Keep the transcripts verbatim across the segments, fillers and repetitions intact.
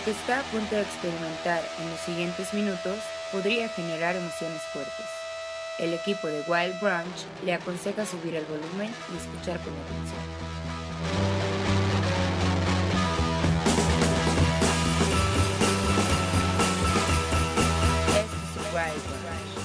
que está a punto de experimentar en los siguientes minutos podría generar emociones fuertes. El equipo de Wild Brunch le aconseja subir el volumen y escuchar con atención. Este es Wild Brunch.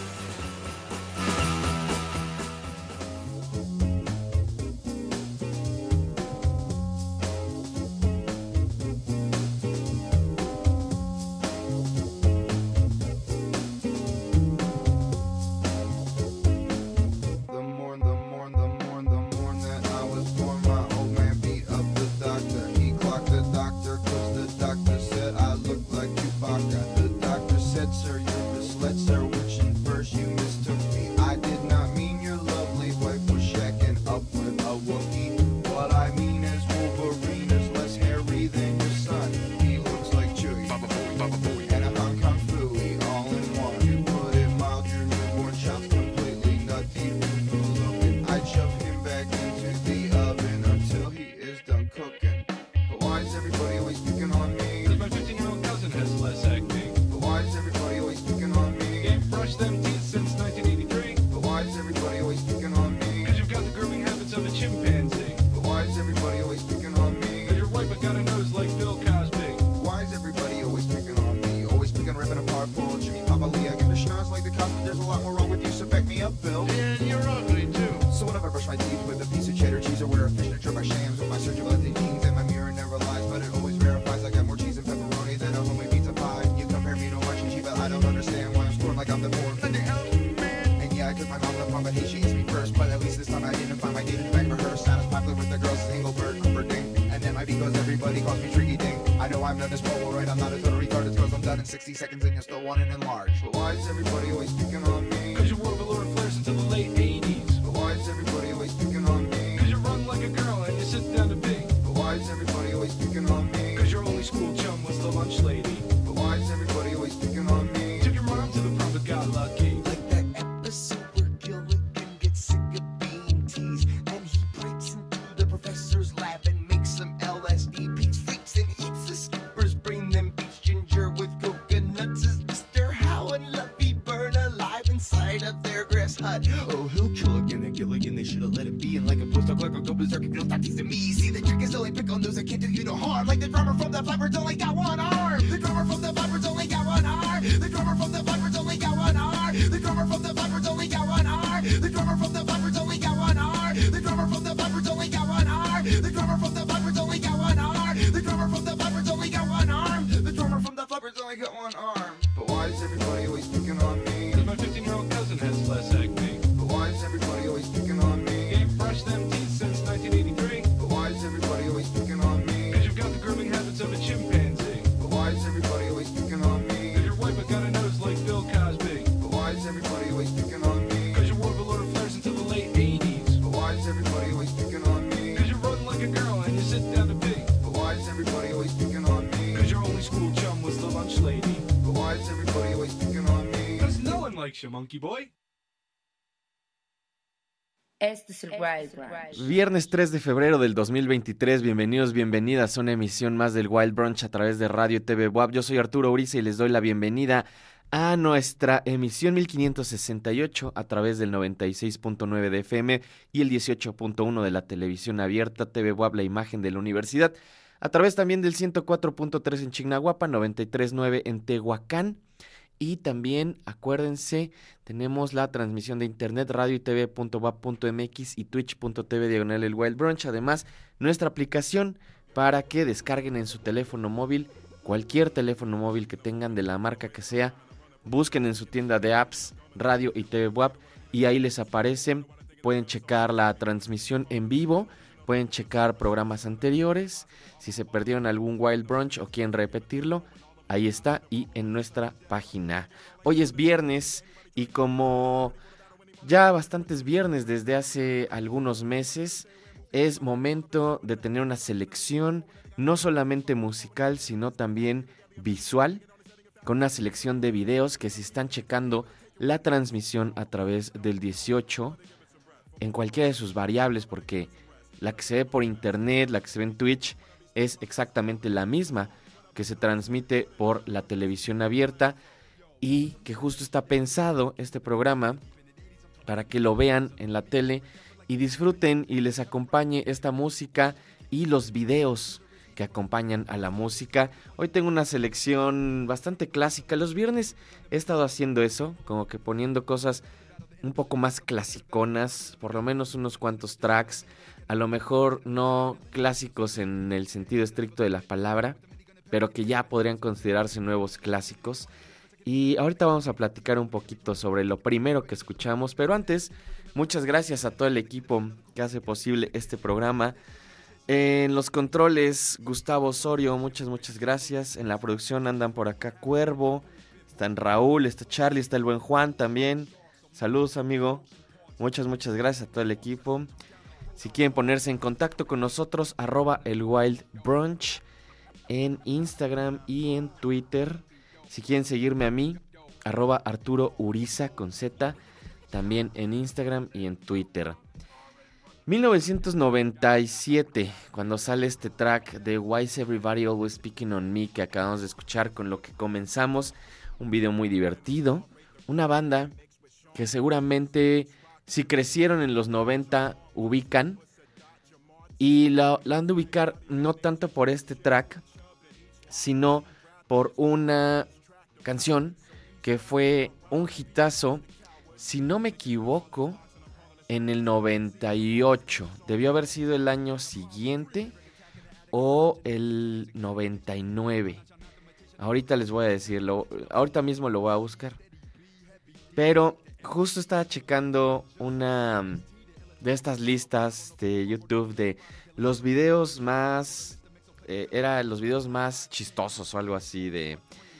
sixty seconds and you're still wanting to enlarge. But why is everybody always picking on me? Cause you wore velour and flares until the late eighties. But why is everybody always picking on me? Cause you run like a girl and you sit down to pee. But why is everybody always picking on me? Cause your only school chum was the lunch lady. But why is everybody always picking on me? Took your mom to the prom but got lucky. Like that episode where Gilligan gets sick of being teased and he breaks into the professor's lab and makes some L S D, Pete's freaks and eats the skippers, bring them beach ginger with coconuts as Mister How and Luffy burn alive inside of their grass hut. Oh, he'll kill again and Gilligan, they should've let him be. And like a postdoc clerk, I'll go berserk if you'll stop teasing me. See, the trick is only pick on those that can't do you no harm. Like the drummer from the Flapper's only got one arm. The drummer from the Flapper's only got one arm. The drummer from the Flapper's only got one arm. The drummer from the Flapper's only got one arm. The drummer from the Flapper's only got one arm. The drummer from the Flapper's only got one arm. The drummer from the Flapper's only got one arm. The drummer from the Flapper's only got one arm. The drummer from the Flapper's only got one arm. But why is everybody always picking on me? Cause my fifteen-year-old cousin has less acne. But why is everybody always picking on me? Ain't brushed them teeth since nineteen eighty-three. But why is everybody always picking on me? Cause you've got the grooming habits of a chimpanzee. But why is everybody always picking on me? Cause you're white but got a nose like Bill Cosby. But why is everybody always picking on me? Cause you wore velour flares until the late eighties. But why is everybody always picking on me? Cause you run like a girl and you sit down to pee. But why is everybody always picking on me? Cause your only school chum was the lunch lady. But why is everybody always picking on me? Cause no one likes you, monkey boy. Este es el Wild Brunch. Viernes tres de febrero del dos mil veintitrés, bienvenidos, bienvenidas a una emisión más del Wild Brunch a través de Radio y T V W A P. Yo soy Arturo Uriza y les doy la bienvenida a nuestra emisión mil quinientos sesenta y ocho a través del noventa y seis punto nueve de F M y el dieciocho punto uno de la televisión abierta T V W A P, la imagen de la universidad, a través también del ciento cuatro punto tres en Chignahuapan, noventa y tres punto nueve en Tehuacán. Y también, acuérdense, tenemos la transmisión de internet radio y tv punto w a p punto m x y twitch punto t v diagonal el Wild Brunch. Además, nuestra aplicación para que descarguen en su teléfono móvil, cualquier teléfono móvil que tengan de la marca que sea, busquen en su tienda de apps Radio y T V W A P y ahí les aparecen. Pueden checar la transmisión en vivo, pueden checar programas anteriores, si se perdieron algún Wild Brunch o quieren repetirlo. Ahí está, y en nuestra página. Hoy es viernes y como ya bastantes viernes desde hace algunos meses, es momento de tener una selección no solamente musical, sino también visual, con una selección de videos que si están checando la transmisión a través del dieciocho, en cualquiera de sus variables, porque la que se ve por internet, la que se ve en Twitch, es exactamente la misma. que se transmite por la televisión abierta y que justo está pensado este programa para que lo vean en la tele y disfruten y les acompañe esta música y los videos que acompañan a la música. Hoy tengo una selección bastante clásica. Los viernes he estado haciendo eso, como que poniendo cosas un poco más clasiconas, por lo menos unos cuantos tracks, a lo mejor no clásicos en el sentido estricto de la palabra, pero que ya podrían considerarse nuevos clásicos. Y ahorita vamos a platicar un poquito sobre lo primero que escuchamos, pero antes, muchas gracias a todo el equipo que hace posible este programa. En los controles, Gustavo Osorio, muchas, muchas gracias. En la producción andan por acá Cuervo, están Raúl, está Charlie, está el buen Juan también. Saludos, amigo. Muchas, muchas gracias a todo el equipo. Si quieren ponerse en contacto con nosotros, arroba el Wild Brunch en Instagram y en Twitter. Si quieren seguirme a mí, arroba Arturo Uriza con Z, también en Instagram y en Twitter. mil novecientos noventa y siete, cuando sale este track de Why is Everybody Always Picking on Me que acabamos de escuchar, con lo que comenzamos, un video muy divertido, una banda que seguramente si crecieron en los noventa ubican, y la, la han de ubicar no tanto por este track, sino por una canción que fue un hitazo, si no me equivoco, en el noventa y ocho. Debió haber sido el año siguiente o el noventa y nueve. Ahorita les voy a decirlo, ahorita mismo lo voy a buscar. Pero justo estaba checando una de estas listas de YouTube de los videos más... Eh, era los videos más chistosos o algo así de,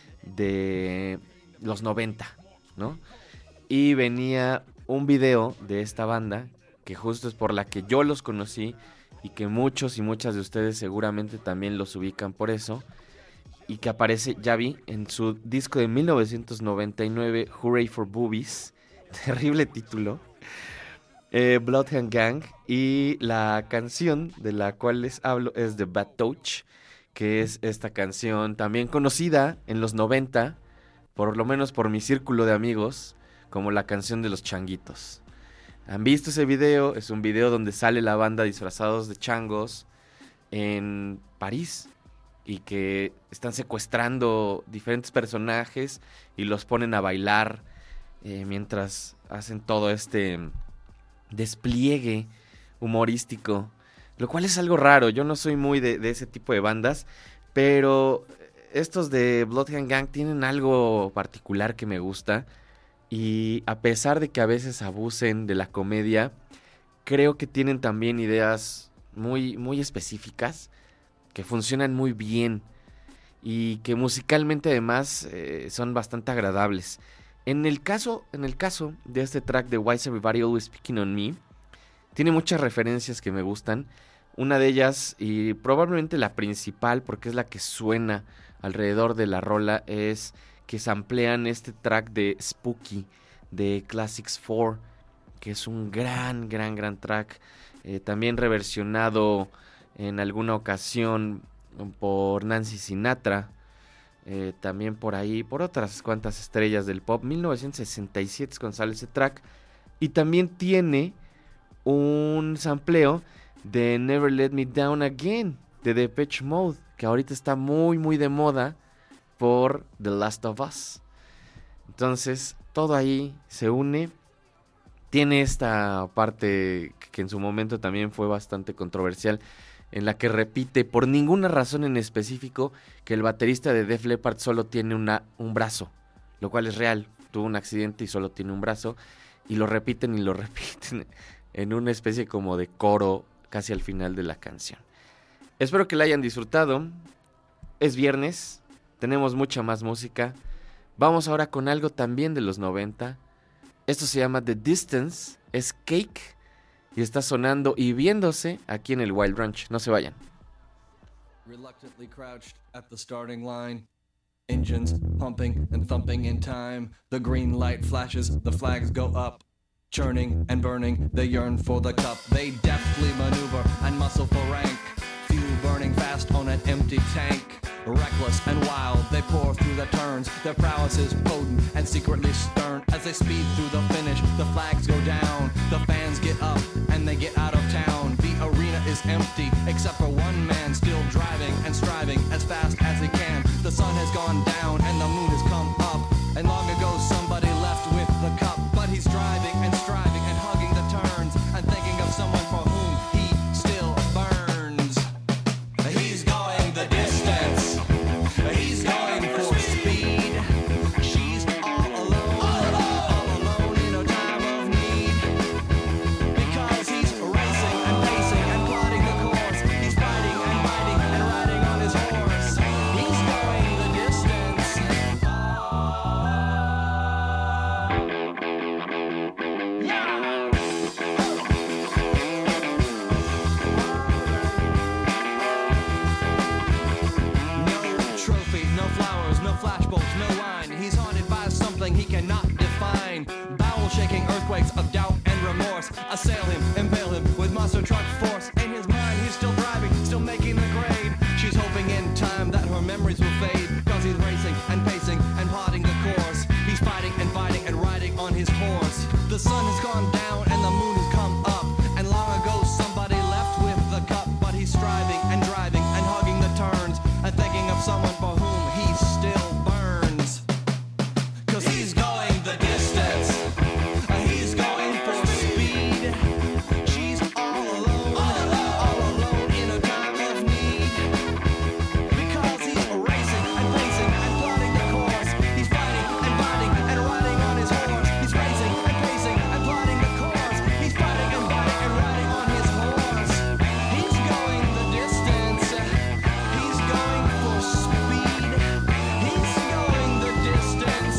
de los noventa, ¿no? Y venía un video de esta banda, que justo es por la que yo los conocí y que muchos y muchas de ustedes seguramente también los ubican por eso, y que aparece, ya vi, en su disco de mil novecientos noventa y nueve, Hooray for Boobies, terrible título, eh, Bloodhound Gang, y la canción de la cual les hablo es The Bad Touch, que es esta canción también conocida en los noventa, por lo menos por mi círculo de amigos, como la canción de los changuitos. ¿Han visto ese video? Es un video donde sale la banda disfrazados de changos en París y que están secuestrando diferentes personajes y los ponen a bailar eh, mientras hacen todo este despliegue humorístico, lo cual es algo raro. Yo no soy muy de, de ese tipo de bandas, pero estos de Bloodhound Gang tienen algo particular que me gusta. Y a pesar de que a veces abusen de la comedia, creo que tienen también ideas muy, muy específicas que funcionan muy bien y que musicalmente además eh, son bastante agradables. En el caso, en el caso de este track de Why is Everybody Always Picking on Me, tiene muchas referencias que me gustan. Una de ellas, y probablemente la principal, porque es la que suena alrededor de la rola, es que samplean este track de Spooky de Classics cuatro, que es un gran, gran, gran track, eh, también reversionado en alguna ocasión por Nancy Sinatra, eh, también por ahí, por otras cuantas estrellas del pop. mil novecientos sesenta y siete es cuando sale ese track, y también tiene un sampleo de Never Let Me Down Again de Depeche Mode, que ahorita está muy, muy de moda por The Last of Us. Entonces todo ahí se une. Tiene esta parte que en su momento también fue bastante controversial, en la que repite por ninguna razón en específico que el baterista de Def Leppard solo tiene una, un brazo, lo cual es real. Tuvo un accidente y solo tiene un brazo, y lo repiten y lo repiten en una especie como de coro casi al final de la canción. Espero que la hayan disfrutado. Es viernes, tenemos mucha más música. Vamos ahora con algo también de los noventa. Esto se llama The Distance, es Cake, y está sonando y viéndose aquí en el Wild Brunch. No se vayan. Reluctantly crouched at the starting line. Engines pumping and thumping in time. The green light flashes, the flags go up. Churning and burning, they yearn for the cup. They deftly maneuver and muscle for rank. Fuel burning fast on an empty tank. Reckless and wild, they pour through the turns. Their prowess is potent and secretly stern. As they speed through the finish, the flags go down. The fans get up and they get out of town. The arena is empty except for one man still driving and striving as fast as he can. The sun has gone down and the moon has come up. And long ago somebody left with the cup. But he's driving and striving and hugging the turns and thinking of someone for whom he still burns. He's going the distance. He's going for speed. She's all alone, all alone in a time of need. Because he's racing and pacing and plotting the course. He's fighting and fighting and riding on his horse. He's going the distance. No trophy, no flowers, no flashbulbs, no wine. He's haunted by something he cannot define. Bowel-shaking earthquakes of doubt and remorse assail him, impale him with monster truck force. In his mind, he's still driving, still making the grade. She's hoping in time that her memories will fade. Cause he's racing and pacing and plotting the course. He's fighting and fighting and riding on his horse. The sun has gone down and the moon has come up. And long ago somebody left with the cup. But he's striving and driving and hugging the turns and thinking of someone for whom he still burns. Cause he's going the distance. He's going for speed. She's all alone, all alone in a time of need. Because he's racing and pacing and plotting the course. He's fighting and fighting and riding on his horse. He's racing and pacing and plotting the course. He's fighting and fighting and riding on his horse. He's going the distance. He's going for speed. He's going the distance.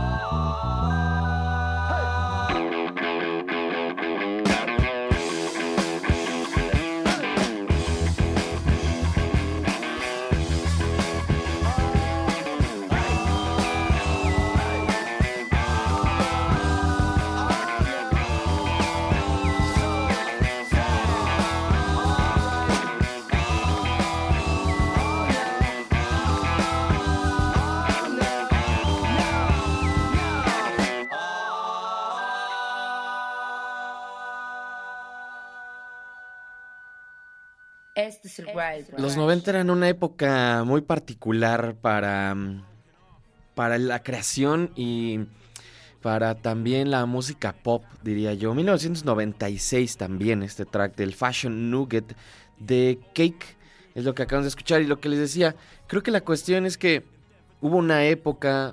Este es el Wild Brunch. Los noventa eran una época muy particular para, mm, para la creación y para también la música pop, diría yo. mil novecientos noventa y seis también, este track del Fashion Nugget de Cake, es lo que acabamos de escuchar. Y lo que les decía, creo que la cuestión es que hubo una época,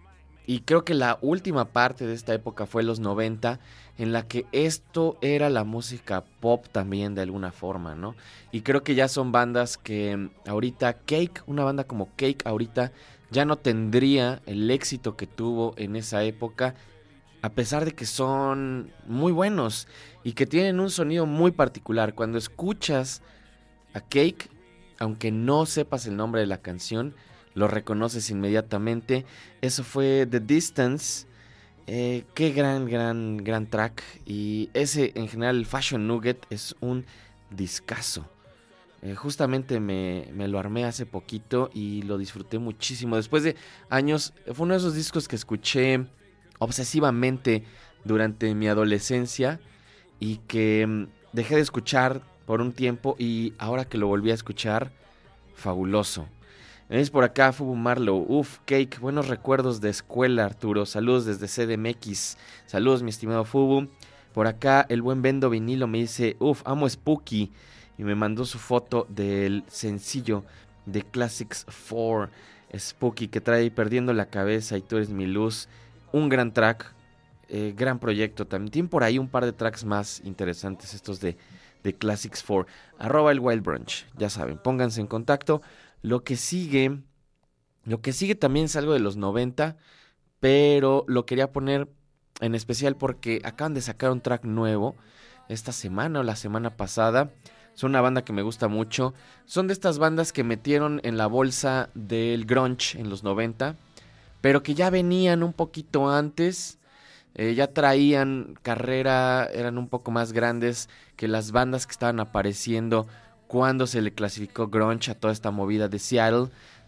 y creo que la última parte de esta época fue los noventa, en la que esto era la música pop también de alguna forma, ¿no? Y creo que ya son bandas que ahorita, Cake, una banda como Cake ahorita ya no tendría el éxito que tuvo en esa época, a pesar de que son muy buenos y que tienen un sonido muy particular. Cuando escuchas a Cake, aunque no sepas el nombre de la canción, lo reconoces inmediatamente. Eso fue The Distance. Eh, qué gran, gran, gran track. Y ese, en general, el Fashion Nugget es un discazo. Eh, justamente me, me lo armé hace poquito y lo disfruté muchísimo. Después de años, fue uno de esos discos que escuché obsesivamente durante mi adolescencia y que mm, dejé de escuchar por un tiempo, y ahora que lo volví a escuchar, fabuloso. Es por acá, Fubu Marlow. Uf, Cake, buenos recuerdos de escuela, Arturo. Saludos desde C D M X. Saludos, mi estimado Fubu. Por acá, el buen Bendo Vinilo me dice, uf, amo Spooky. Y me mandó su foto del sencillo de Classics cuatro. Spooky, que trae Perdiendo la Cabeza y Tú Eres Mi Luz. Un gran track, eh, gran proyecto. También tienen por ahí un par de tracks más interesantes, estos de, de Classics cuatro. Arroba el Wild Brunch, ya saben, pónganse en contacto. Lo que sigue, lo que sigue también es algo de los noventa, pero lo quería poner en especial porque acaban de sacar un track nuevo esta semana o la semana pasada. Son una banda que me gusta mucho. Son de estas bandas que metieron en la bolsa del grunge en los noventa, pero que ya venían un poquito antes. Eh, ya traían carrera, eran un poco más grandes que las bandas que estaban apareciendo cuando se le clasificó grunge a toda esta movida de Seattle.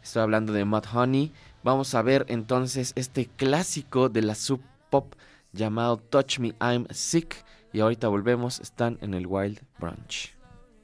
Estoy hablando de Mudhoney. Vamos a ver entonces este clásico de la sub pop llamado Touch Me I'm Sick. Y ahorita volvemos, están en el Wild Brunch.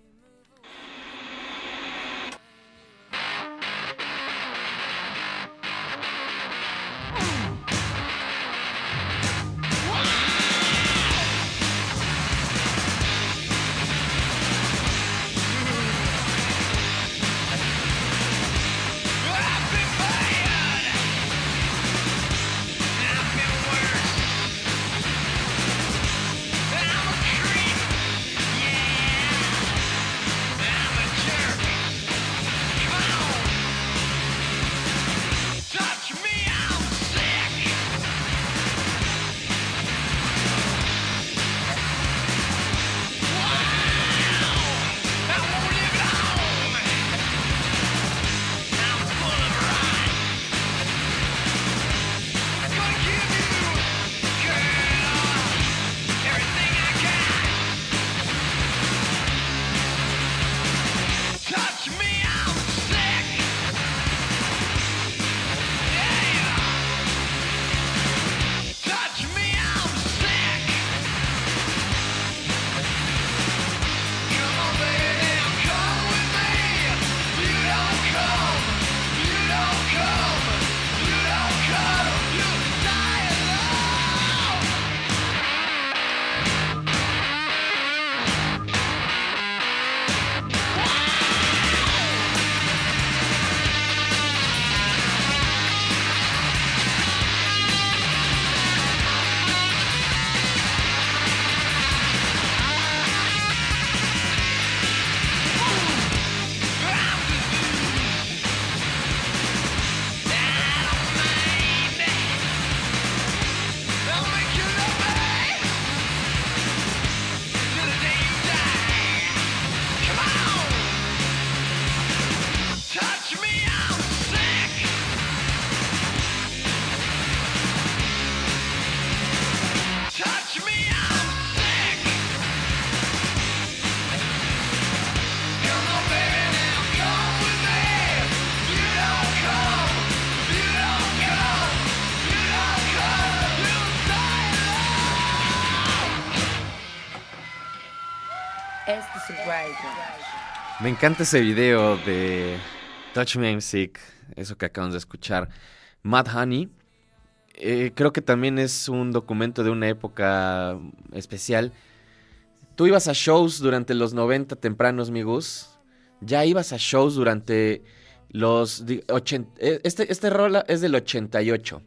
Me encanta ese video de Touch Me I'm Sick, eso que acabamos de escuchar. Mudhoney, eh, creo que también es un documento de una época especial. Tú ibas a shows durante los noventa tempranos, mi Gus. Ya ibas a shows durante los ochenta. Este, este rol es del ochenta y ocho.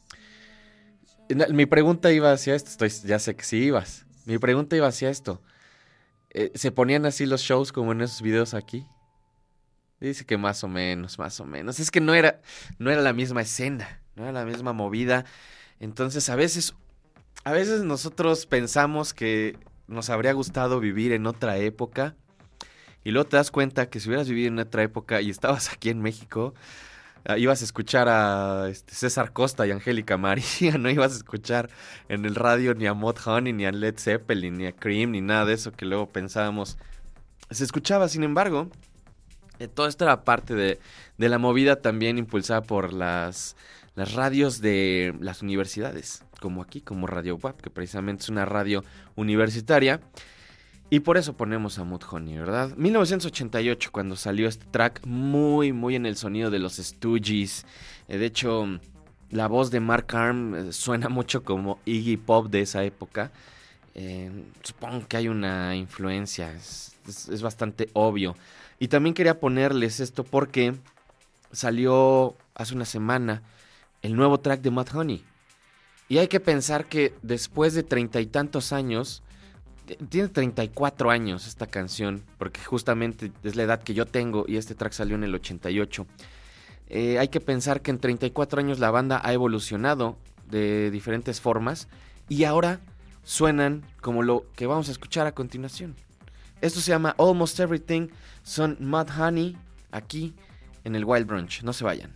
Mi pregunta iba hacia esto. Estoy, ya sé que sí ibas. Mi pregunta iba hacia esto. Eh, ¿Se ponían así los shows como en esos videos aquí? Dice que más o menos, más o menos. Es que no era, no era la misma escena, no era la misma movida. Entonces, a veces, a veces nosotros pensamos que nos habría gustado vivir en otra época. Y luego te das cuenta que si hubieras vivido en otra época y estabas aquí en México, uh, ibas a escuchar a este, César Costa y Angélica María, no ibas a escuchar en el radio ni a Mudhoney, ni a Led Zeppelin, ni a Cream, ni nada de eso que luego pensábamos. Se escuchaba, sin embargo, eh, todo esto era parte de, de la movida también impulsada por las, las radios de las universidades, como aquí, como Radio W A P, que precisamente es una radio universitaria. Y por eso ponemos a Mudhoney, ¿verdad? mil novecientos ochenta y ocho, cuando salió este track, muy, muy en el sonido de los Stooges. Eh, de hecho, la voz de Mark Arm eh, suena mucho como Iggy Pop de esa época. Eh, supongo que hay una influencia, es, es, es bastante obvio. Y también quería ponerles esto porque salió hace una semana el nuevo track de Mudhoney. Y hay que pensar que después de treinta y tantos años... Tiene treinta y cuatro años esta canción, porque justamente es la edad que yo tengo y este track salió en el ochenta y ocho. Eh, hay que pensar que en treinta y cuatro años la banda ha evolucionado de diferentes formas y ahora suenan como lo que vamos a escuchar a continuación. Esto se llama Almost Everything, son Mudhoney aquí en el Wild Brunch. No se vayan.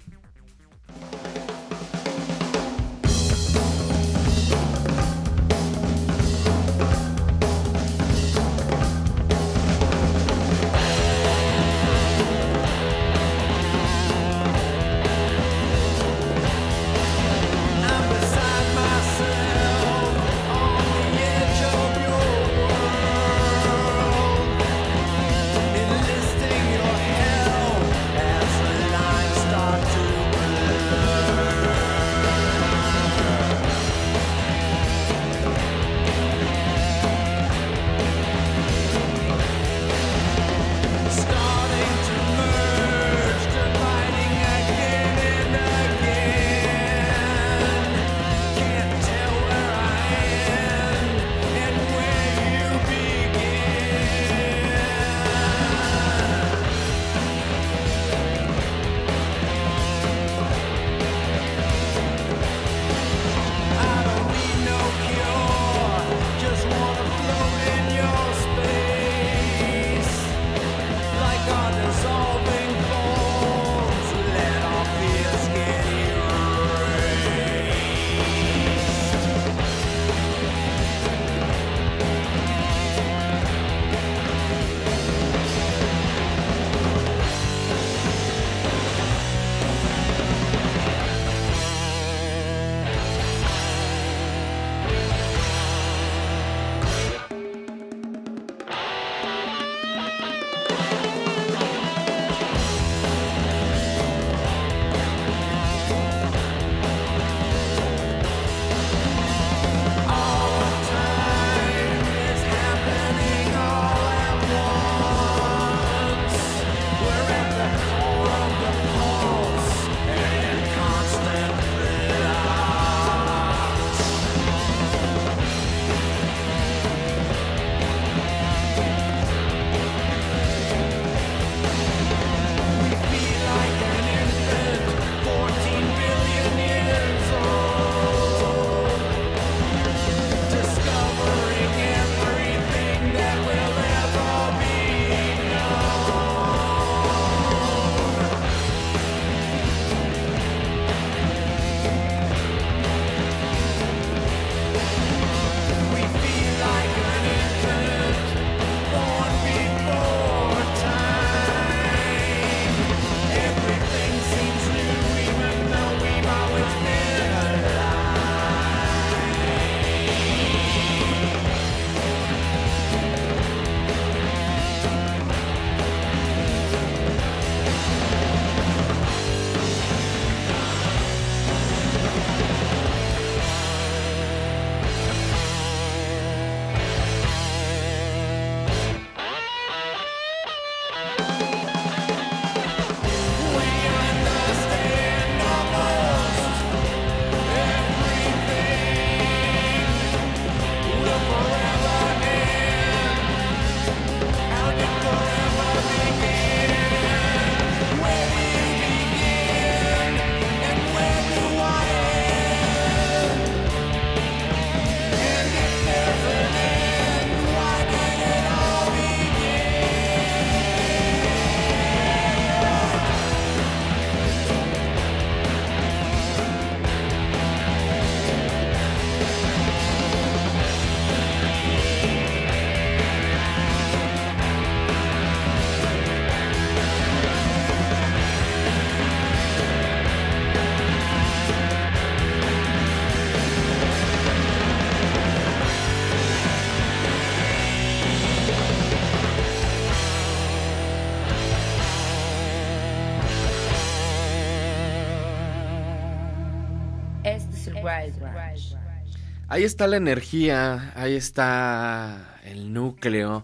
Wild Branch. Ahí está la energía, ahí está el núcleo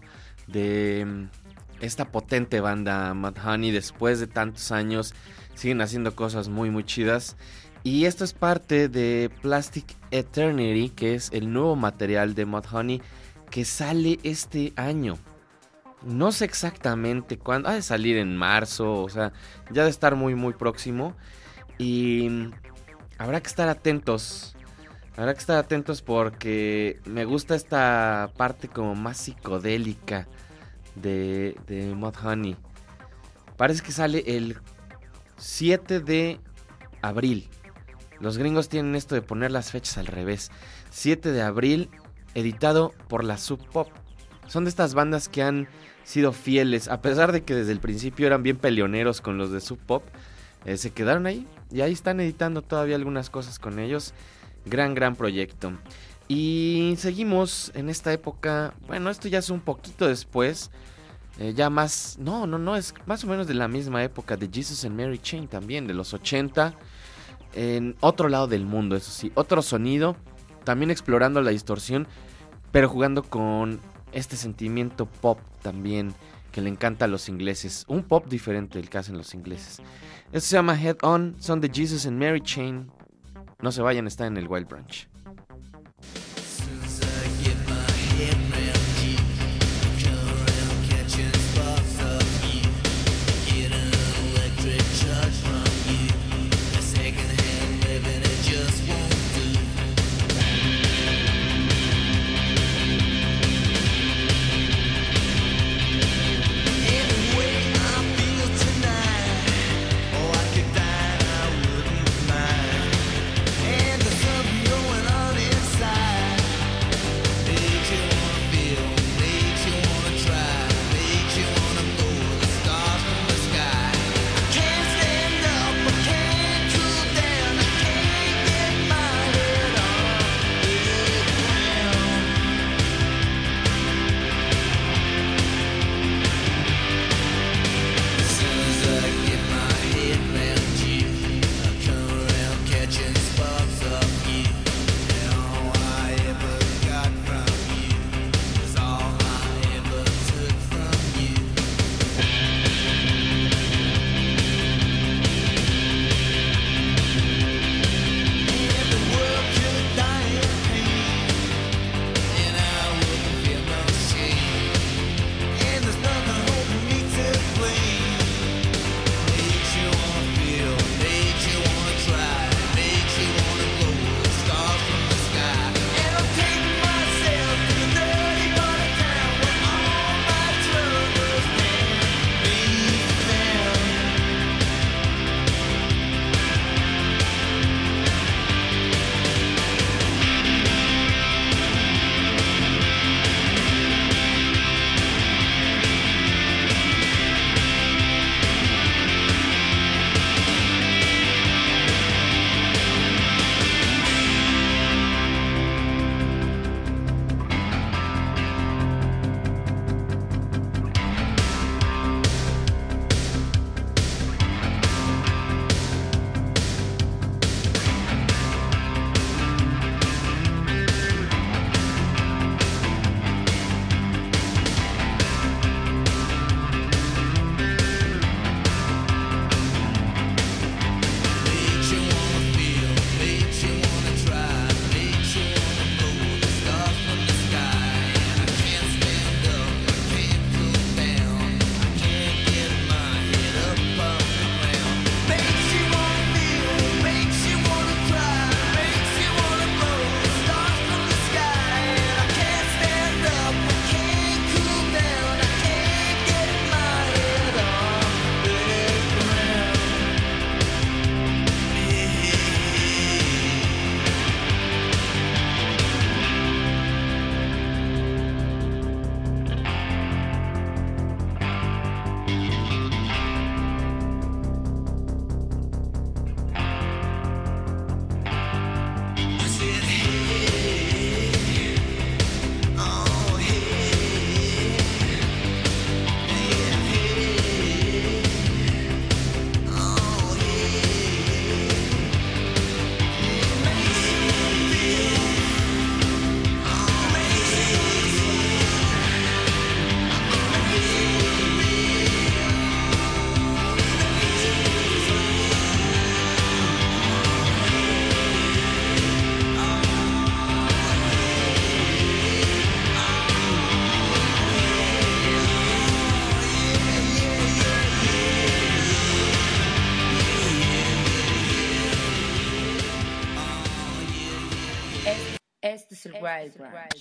de esta potente banda Mudhoney. Después de tantos años siguen haciendo cosas muy muy chidas. Y esto es parte de Plastic Eternity, que es el nuevo material de Mudhoney que sale este año. No sé exactamente cuándo, ha de salir en marzo, o sea, ya de estar muy muy próximo. Y habrá que estar atentos. Habrá que estar atentos porque me gusta esta parte como más psicodélica de, de Mudhoney. Parece que sale el siete de abril. Los gringos tienen esto de poner las fechas al revés. siete de abril, editado por la Sub Pop. Son de estas bandas que han sido fieles, a pesar de que desde el principio eran bien peleoneros con los de Sub Pop. Eh, se quedaron ahí y ahí están editando todavía algunas cosas con ellos. Gran, gran proyecto. Y seguimos en esta época. Bueno, esto ya es un poquito después. Eh, ya más... No, no, no. Es más o menos de la misma época de Jesus and Mary Chain también. De los ochenta. En otro lado del mundo, eso sí. Otro sonido. También explorando la distorsión. Pero jugando con este sentimiento pop también. Que le encanta a los ingleses. Un pop diferente del que hacen los ingleses. Esto se llama Head On. Son de Jesus and Mary Chain. No se vayan, está en el Wild Branch. Going Wild Branch.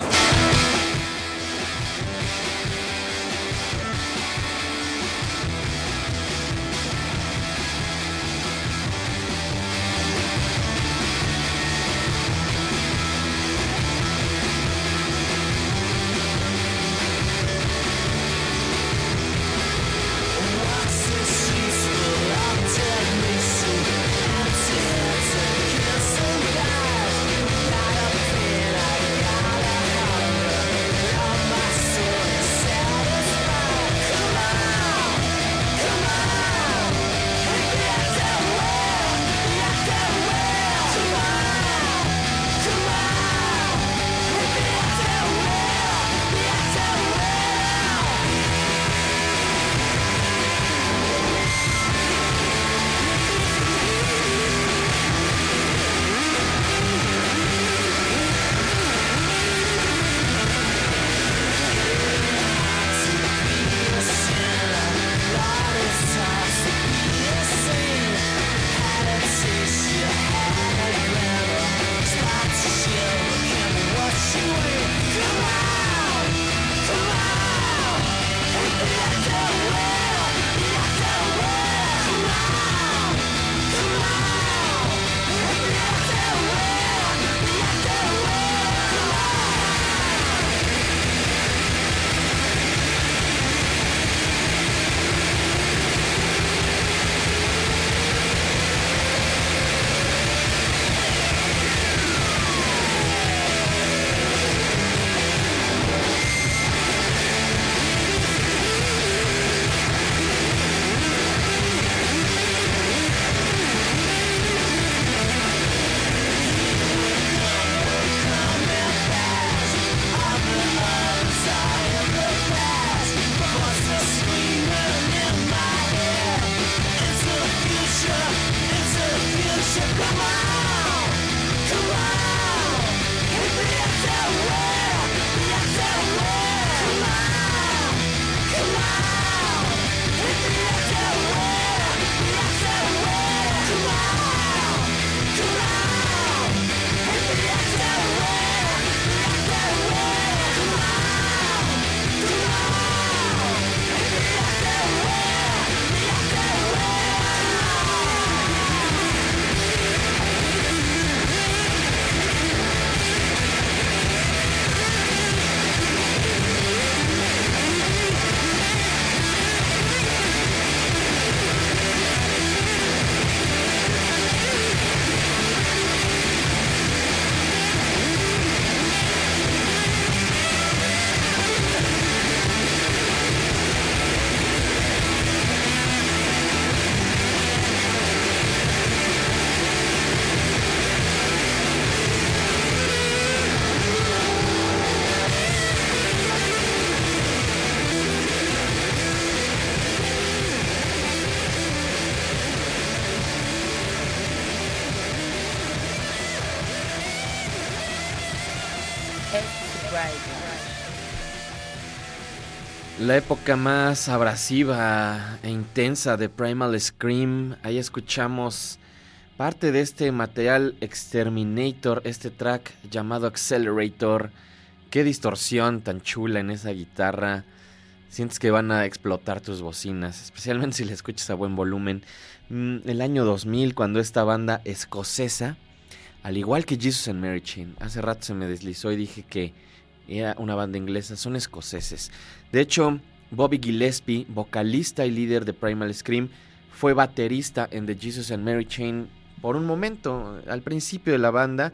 La época más abrasiva e intensa de Primal Scream. Ahí escuchamos parte de este material Exterminator, este track llamado Accelerator. Qué distorsión tan chula en esa guitarra. Sientes que van a explotar tus bocinas, especialmente si la escuchas a buen volumen. El año dos mil, cuando esta banda escocesa, al igual que Jesus and Mary Chain, hace rato se me deslizó y dije que era una banda inglesa, son escoceses. De hecho, Bobby Gillespie, vocalista y líder de Primal Scream, fue baterista en The Jesus and Mary Chain por un momento, al principio de la banda,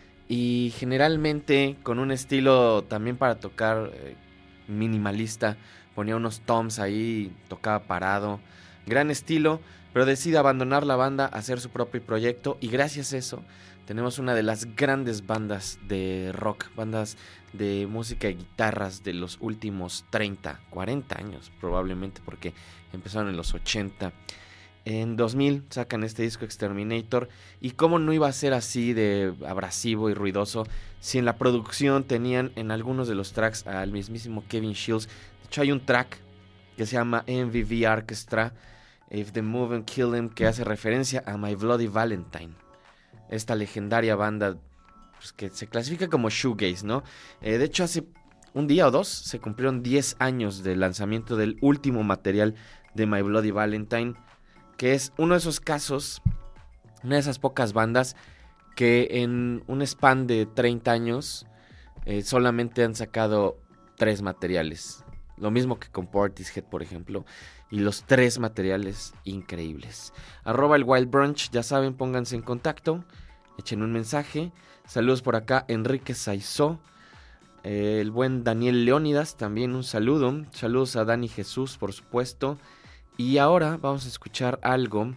y generalmente con un estilo también para tocar eh, minimalista. Ponía unos toms ahí, tocaba parado, gran estilo, pero decide abandonar la banda, hacer su propio proyecto, y gracias a eso tenemos una de las grandes bandas de rock, bandas de música y guitarras de los últimos treinta, cuarenta años probablemente, porque empezaron en los ochenta. En dos mil sacan este disco Exterminator, y cómo no iba a ser así de abrasivo y ruidoso si en la producción tenían en algunos de los tracks al mismísimo Kevin Shields. De hecho hay un track que se llama M V V Orchestra, If They Move and Kill Them, que hace referencia a My Bloody Valentine, esta legendaria banda pues, que se clasifica como shoegaze, ¿no? Eh, de hecho, hace un día o dos se cumplieron diez años del lanzamiento del último material de My Bloody Valentine, que es uno de esos casos, una de esas pocas bandas que en un span de treinta años eh, solamente han sacado tres materiales. Lo mismo que con Portishead, por ejemplo. Y los tres materiales increíbles. Arroba el Wild Brunch, ya saben, pónganse en contacto. Echen un mensaje. Saludos por acá, Enrique Saizó. Eh, el buen Daniel Leónidas, también un saludo. Saludos a Dani Jesús, por supuesto. Y ahora vamos a escuchar algo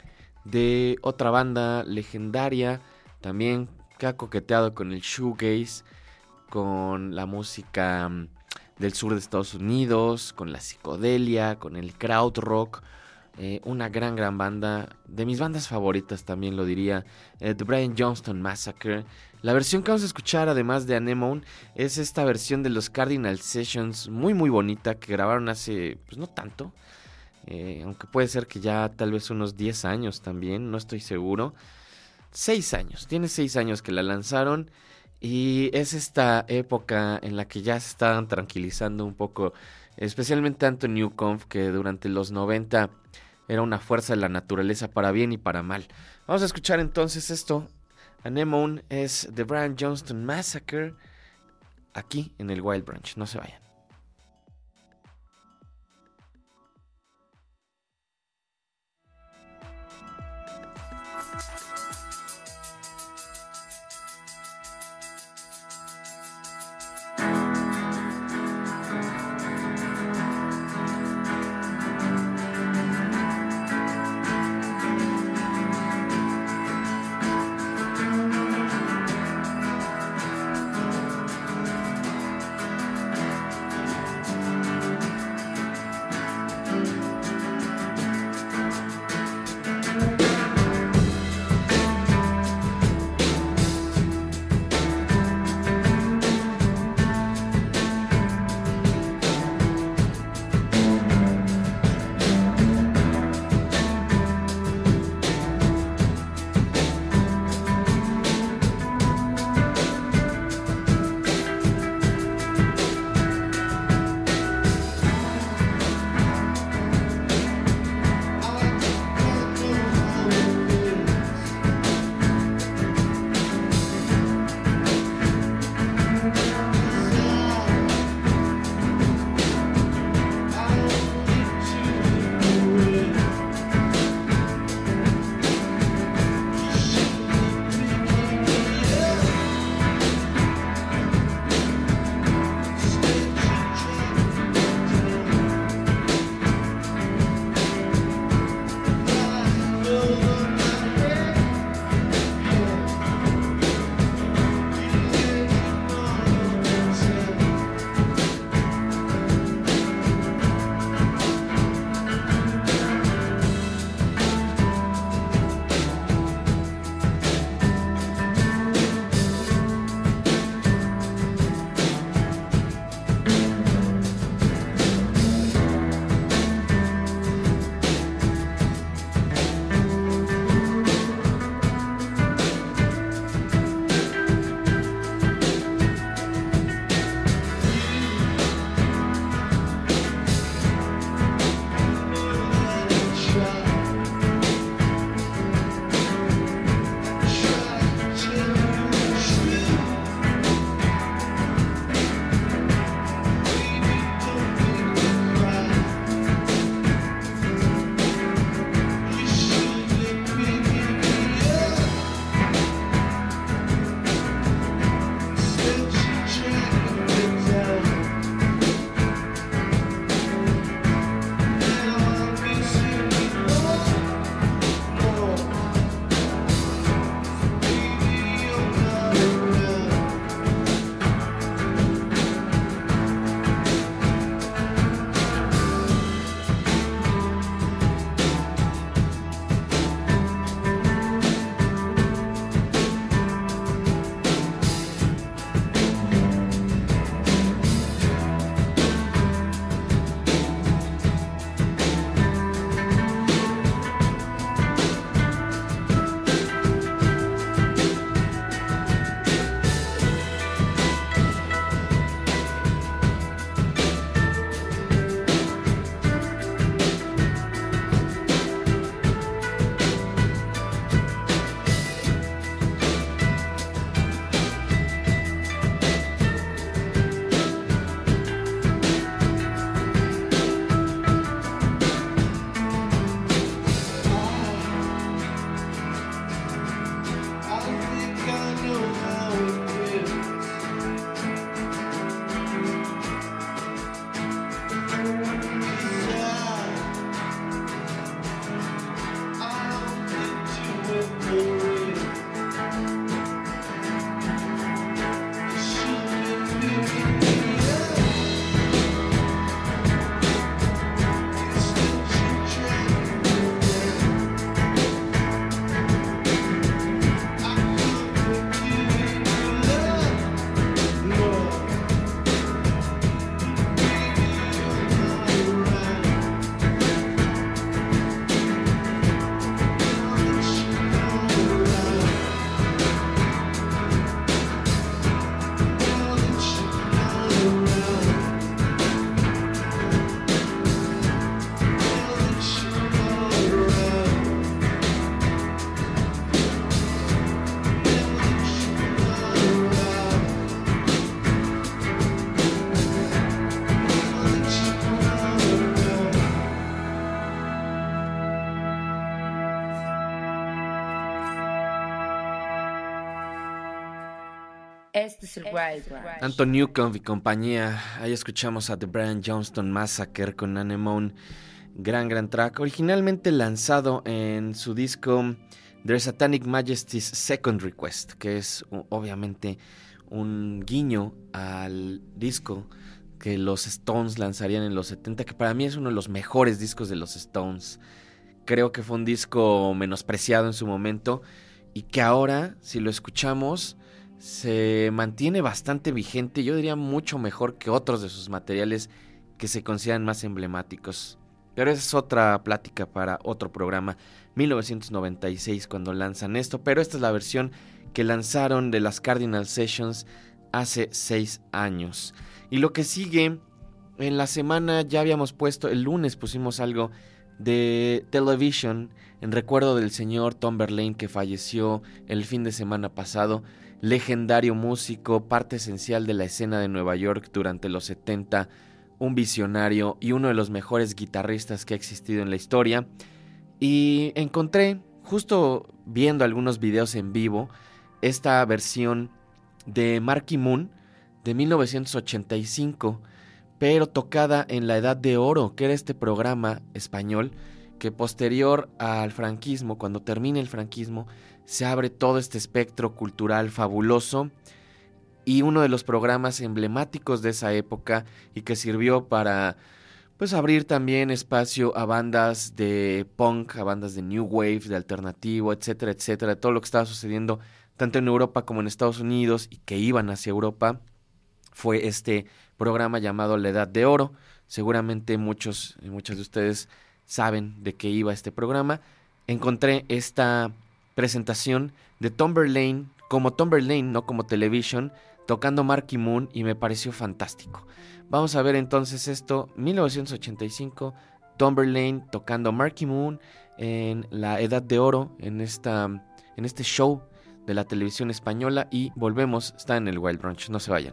de otra banda legendaria. También que ha coqueteado con el shoegaze, con la música del sur de Estados Unidos, con la psicodelia, con el krautrock. Eh, una gran, gran banda. De mis bandas favoritas también lo diría. Eh, The Brian Johnston Massacre. La versión que vamos a escuchar, además de Anemone, es esta versión de los Cardinal Sessions. Muy, muy bonita, que grabaron hace, pues no tanto. Eh, aunque puede ser que ya tal vez unos diez años también, no estoy seguro. seis años, tiene seis años que la lanzaron. Y es esta época en la que ya se estaban tranquilizando un poco, especialmente Anton Newcomb, que durante los noventa era una fuerza de la naturaleza para bien y para mal. Vamos a escuchar entonces esto. Anemone es The Brian Johnston Massacre, aquí en el Wild Brunch. No se vayan. Thank Este es el Wild Branch. Anton Newcomb y compañía. Ahí escuchamos a The Brian Johnston Massacre con Anemone. Gran, gran track. Originalmente lanzado en su disco Their Satanic Majesty's Second Request, que es obviamente un guiño al disco que los Stones lanzarían en los setenta, que para mí es uno de los mejores discos de los Stones. Creo que fue un disco menospreciado en su momento y que ahora, si lo escuchamos, se mantiene bastante vigente. Yo diría mucho mejor que otros de sus materiales que se consideran más emblemáticos. Pero esa es otra plática para otro programa. mil novecientos noventa y seis cuando lanzan esto, pero esta es la versión que lanzaron de las Cardinal Sessions hace seis años. Y lo que sigue, en la semana ya habíamos puesto, el lunes pusimos algo de Television en recuerdo del señor Tom Verlaine, que falleció el fin de semana pasado. Legendario músico, parte esencial de la escena de Nueva York durante los setenta, un visionario y uno de los mejores guitarristas que ha existido en la historia. Y encontré, justo viendo algunos videos en vivo, esta versión de Marquee Moon de mil novecientos ochenta y cinco, pero tocada en la Edad de Oro, que era este programa español que posterior al franquismo, cuando termine el franquismo, se abre todo este espectro cultural fabuloso y uno de los programas emblemáticos de esa época y que sirvió para pues abrir también espacio a bandas de punk, a bandas de new wave, de alternativo, etcétera, etcétera, todo lo que estaba sucediendo tanto en Europa como en Estados Unidos y que iban hacia Europa. Fue este programa llamado La Edad de Oro. Seguramente muchos, muchos de ustedes saben de qué iba este programa. Encontré esta presentación de Tom Verlaine, como Tom Verlaine, no como Television, tocando Marquee Moon, y me pareció fantástico. Vamos a ver entonces esto, mil novecientos ochenta y cinco, Tom Verlaine tocando Marquee Moon en La Edad de Oro, en, esta, en este show de la televisión española, y volvemos, está en el Wild Branch, no se vayan.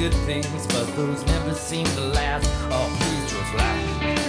good things, but those never seem to last. Oh, please just laugh.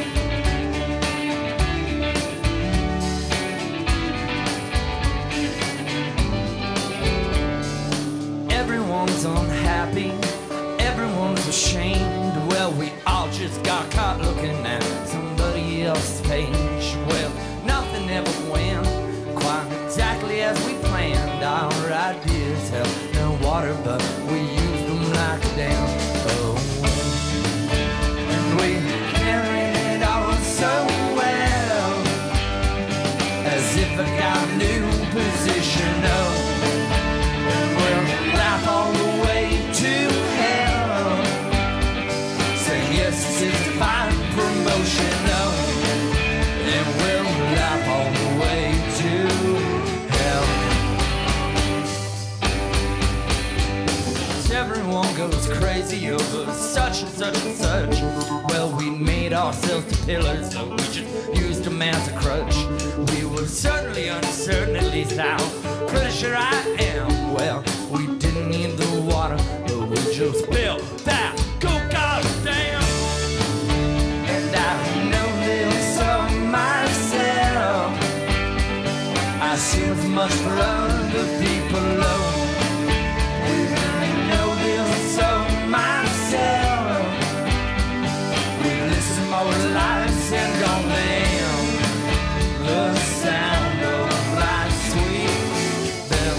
Everyone's unhappy, everyone's ashamed. Well, we all just got caught looking at somebody else's page. Well, nothing ever went quite exactly as we planned. Our ideas held no water, but we used them like a dam. Oh, and we carried it all so well, as if I got a new position. Oh, laugh all the way to hell. Say yes, this is a fine promotion, no. And we'll laugh all the way to hell. Everyone goes crazy over such and such and such. Well, we made ourselves to pillars, so we just used them as a crutch. We were certainly uncertain, at least I'm pretty sure I am. Well, we didn't need the water, but we just built that go goddamn. And I know this of myself. I see as much for other people alone. We know this of myself. We listen more lives and don't them. The sound of life's sweet bell.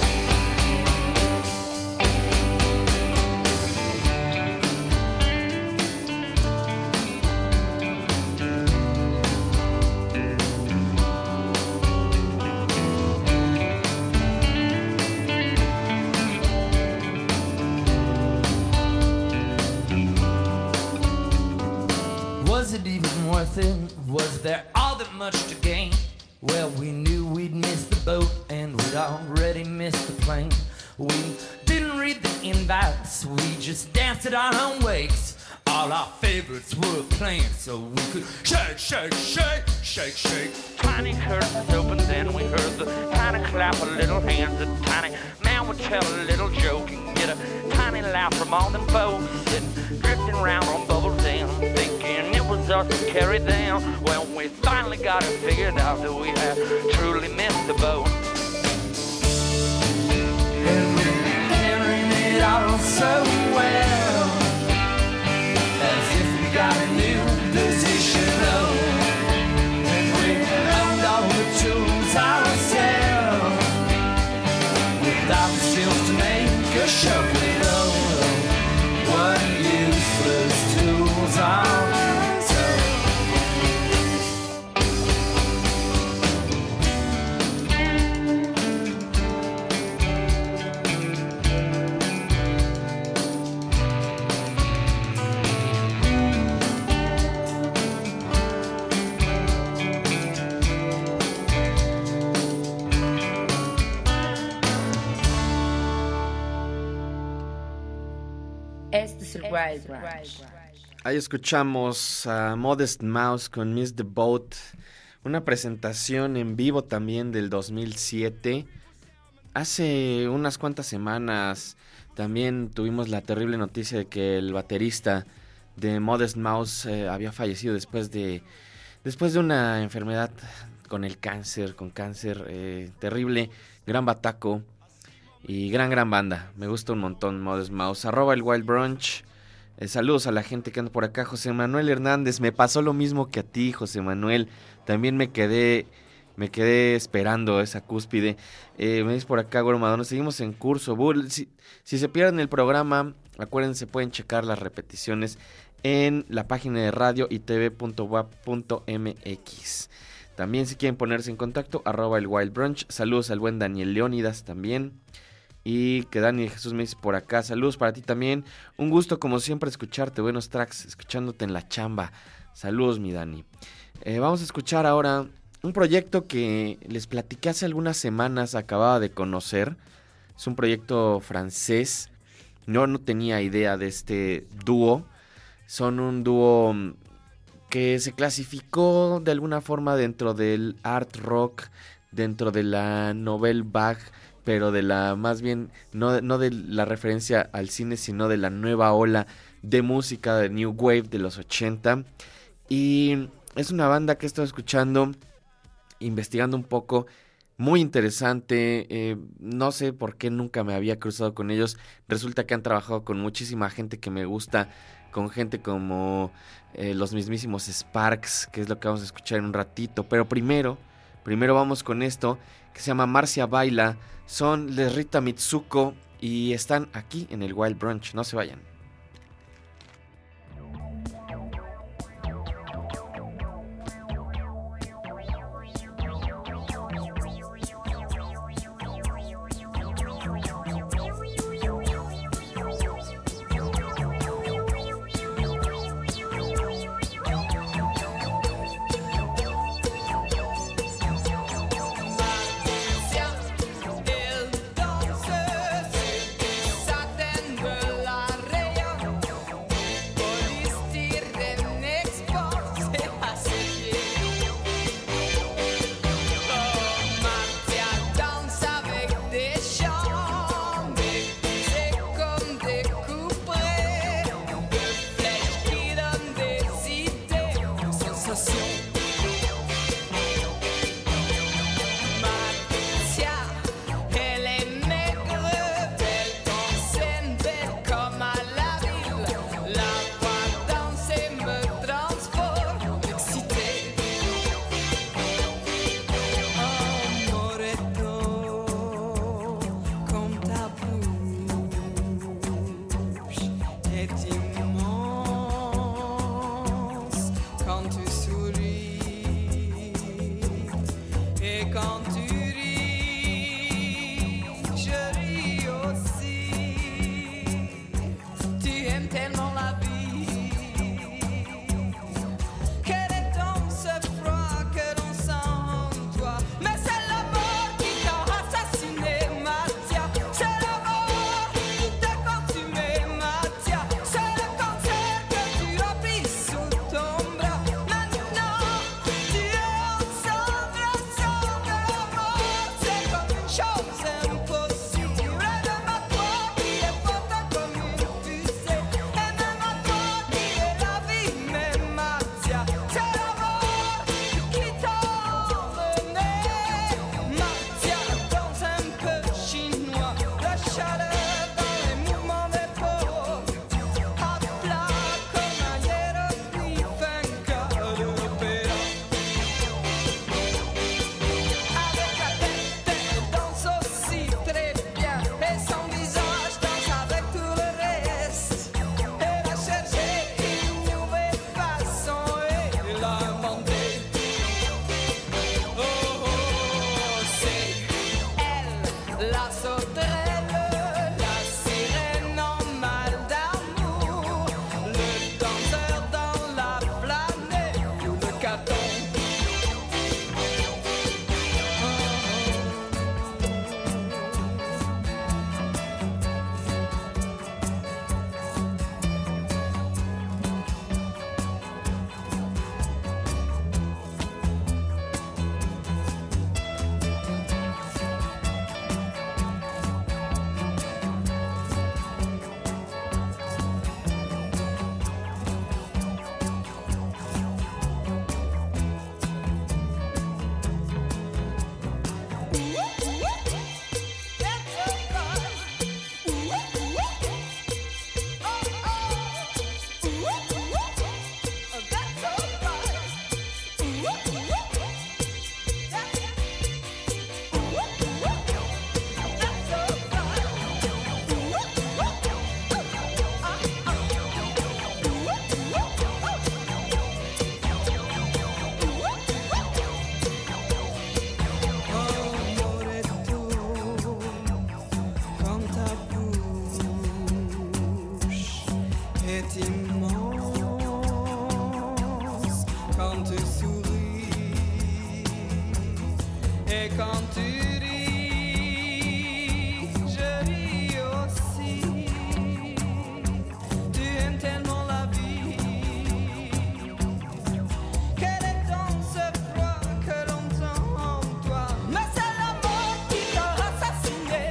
Was it even worth it? Was there all that much to gain? Well, we knew we'd missed the boat and we'd already missed the plane. We didn't read the invites, we just danced at our own wakes. All our favorites were playing so we could shake, shake, shake, shake, shake. Tiny curtains open, then we heard the tiny clap of little hands. A tiny man would tell a little joke and get a tiny laugh from all them folks sitting, drifting round on bubbles and thinking it was us that carried them. Well, we finally got it figured out that we had truly missed the boat. And we're carrying it all so well, as if we got a new position, oh. And we owned all the tools ourselves, without the skills to make a show it, oh. What useless tools are so. Este es el Wild Branch. Ahí escuchamos a Modest Mouse con Miss the Boat, una presentación en vivo también del dos mil siete. Hace unas cuantas semanas también tuvimos la terrible noticia de que el baterista de Modest Mouse eh, había fallecido después de, después de una enfermedad con el cáncer, con cáncer eh, terrible. Gran bataco y gran, gran banda. Me gusta un montón Modest Mouse. Arroba el Wild Brunch. Eh, saludos a la gente que anda por acá. José Manuel Hernández, me pasó lo mismo que a ti, José Manuel. También me quedé, me quedé esperando esa cúspide. Eh, me dice por acá, Güero Madonna, seguimos en curso. Bull, si, si se pierden el programa, acuérdense, pueden checar las repeticiones en la página de radio y tv punto wap punto mx. También si quieren ponerse en contacto, arroba el Wild Brunch. Saludos al buen Daniel Leónidas también. Y que Dani Jesús me dice por acá, saludos para ti también. Un gusto como siempre escucharte, buenos tracks, escuchándote en la chamba. Saludos mi Dani. Eh, vamos a escuchar ahora un proyecto que les platiqué hace algunas semanas, acababa de conocer. Es un proyecto francés. No, no tenía idea de este dúo. Son un dúo que se clasificó de alguna forma dentro del art rock, dentro de la nouvelle vague, pero de la, más bien, no, no de la referencia al cine, sino de la nueva ola de música de New Wave de los ochenta. Y es una banda que he estado escuchando, investigando un poco, muy interesante. Eh, no sé por qué nunca me había cruzado con ellos. Resulta que han trabajado con muchísima gente que me gusta, con gente como eh, los mismísimos Sparks, que es lo que vamos a escuchar en un ratito. Pero primero, primero vamos con esto, que se llama Marcia Baila. Son Les Rita Mitsuko y están aquí en el Wild Brunch. No se vayan. Assassiné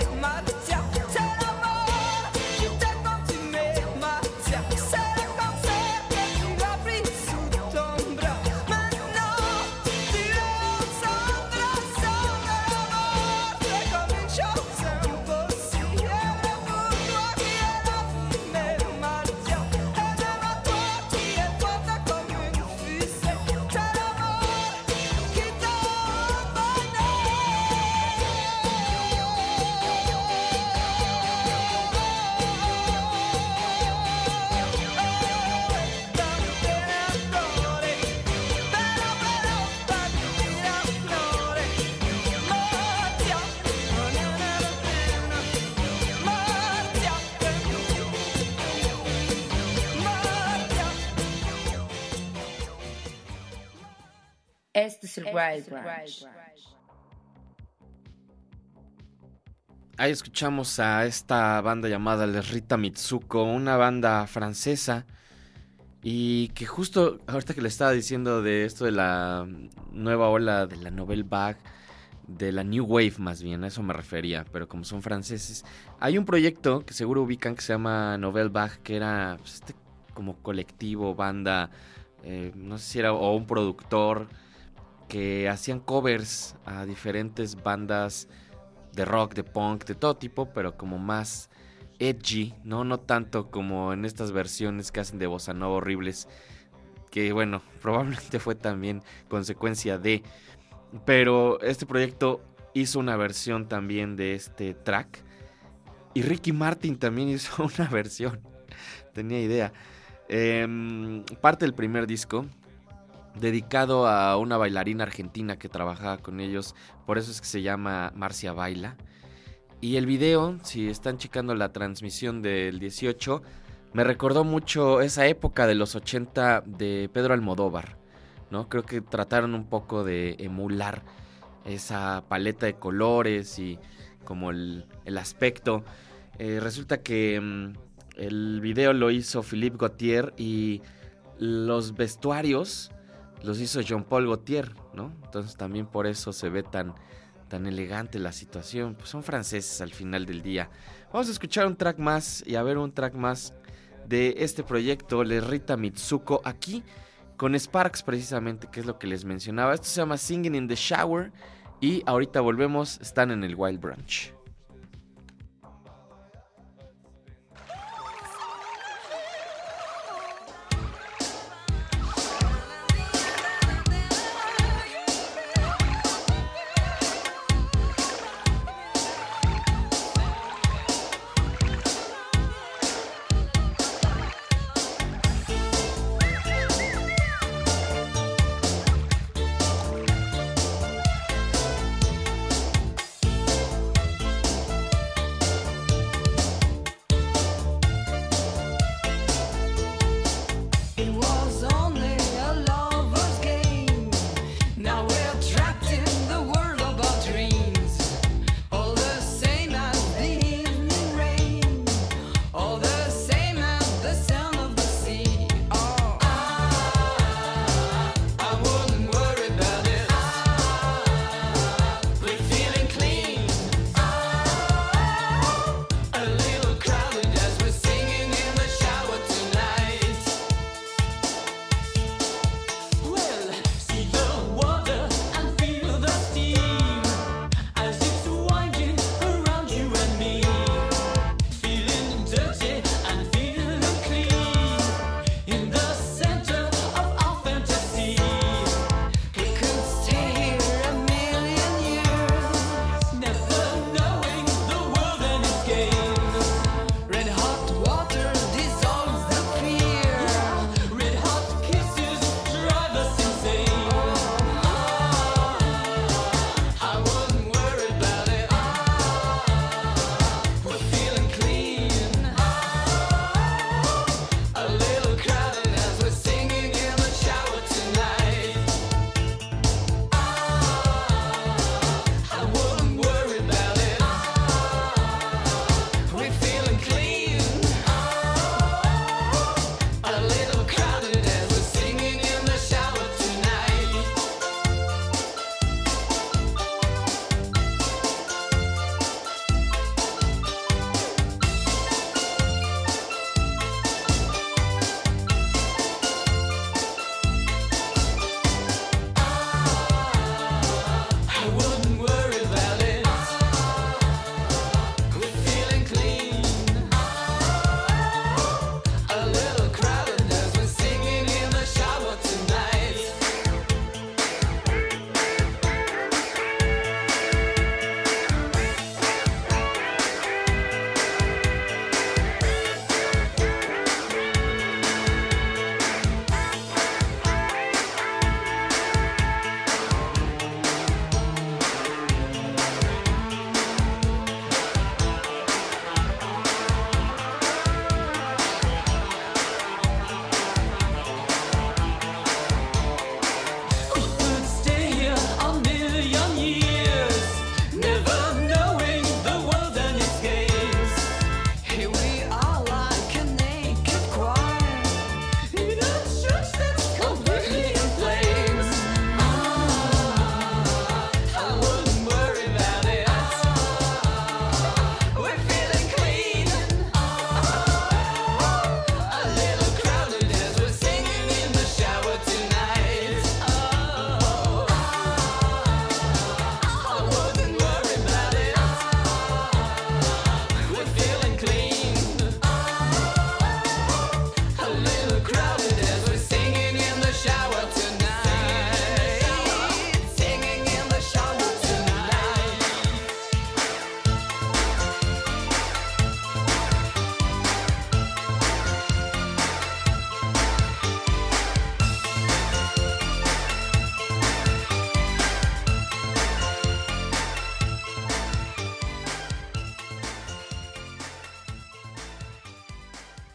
Este es el Wild Branch. Ahí escuchamos a esta banda llamada Les Rita Mitsuko, una banda francesa. Y que justo ahorita que le estaba diciendo de esto de la nueva ola de la Nouvelle Vague, de la New Wave más bien, a eso me refería, pero como son franceses, hay un proyecto que seguro ubican que se llama Nouvelle Vague, que era pues, este como colectivo, banda, eh, no sé si era o un productor, que hacían covers a diferentes bandas de rock, de punk, de todo tipo, pero como más edgy, ¿no? No tanto como en estas versiones que hacen de bossa nova horribles, que bueno, probablemente fue también consecuencia de... Pero este proyecto hizo una versión también de este track, y Ricky Martin también hizo una versión, tenía idea. Eh, parte del primer disco, dedicado a una bailarina argentina que trabajaba con ellos, por eso es que se llama Marcia Baila. Y el video, si están checando la transmisión del dieciocho, me recordó mucho esa época de los ochenta de Pedro Almodóvar, ¿no? Creo que trataron un poco de emular esa paleta de colores y como el, el aspecto. Eh, resulta que mmm, el video lo hizo Philippe Gautier y los vestuarios los hizo Jean-Paul Gaultier, ¿no? Entonces también por eso se ve tan... tan elegante la situación, pues son franceses al final del día. Vamos a escuchar un track más y a ver un track más de este proyecto, Les Rita Mitsuko, aquí con Sparks precisamente, que es lo que les mencionaba. Esto se llama Singing in the Shower y ahorita volvemos, están en el Wild Branch.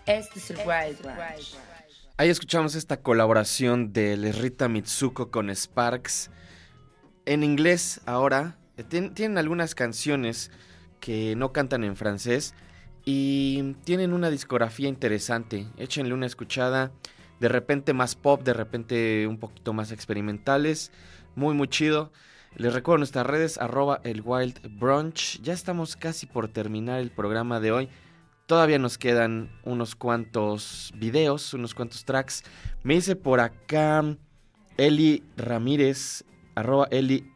Este es el Wild Branch. Ahí escuchamos esta colaboración de Rita Mitsuko con Sparks. En inglés ahora. Tien, tienen algunas canciones que no cantan en francés. Y tienen una discografía interesante. Échenle una escuchada. De repente más pop, de repente un poquito más experimentales. Muy muy chido. Les recuerdo nuestras redes, arroba el Wild Brunch. Ya estamos casi por terminar el programa de hoy. Todavía nos quedan unos cuantos videos, unos cuantos tracks. Me dice por acá Eli Ramírez, arroba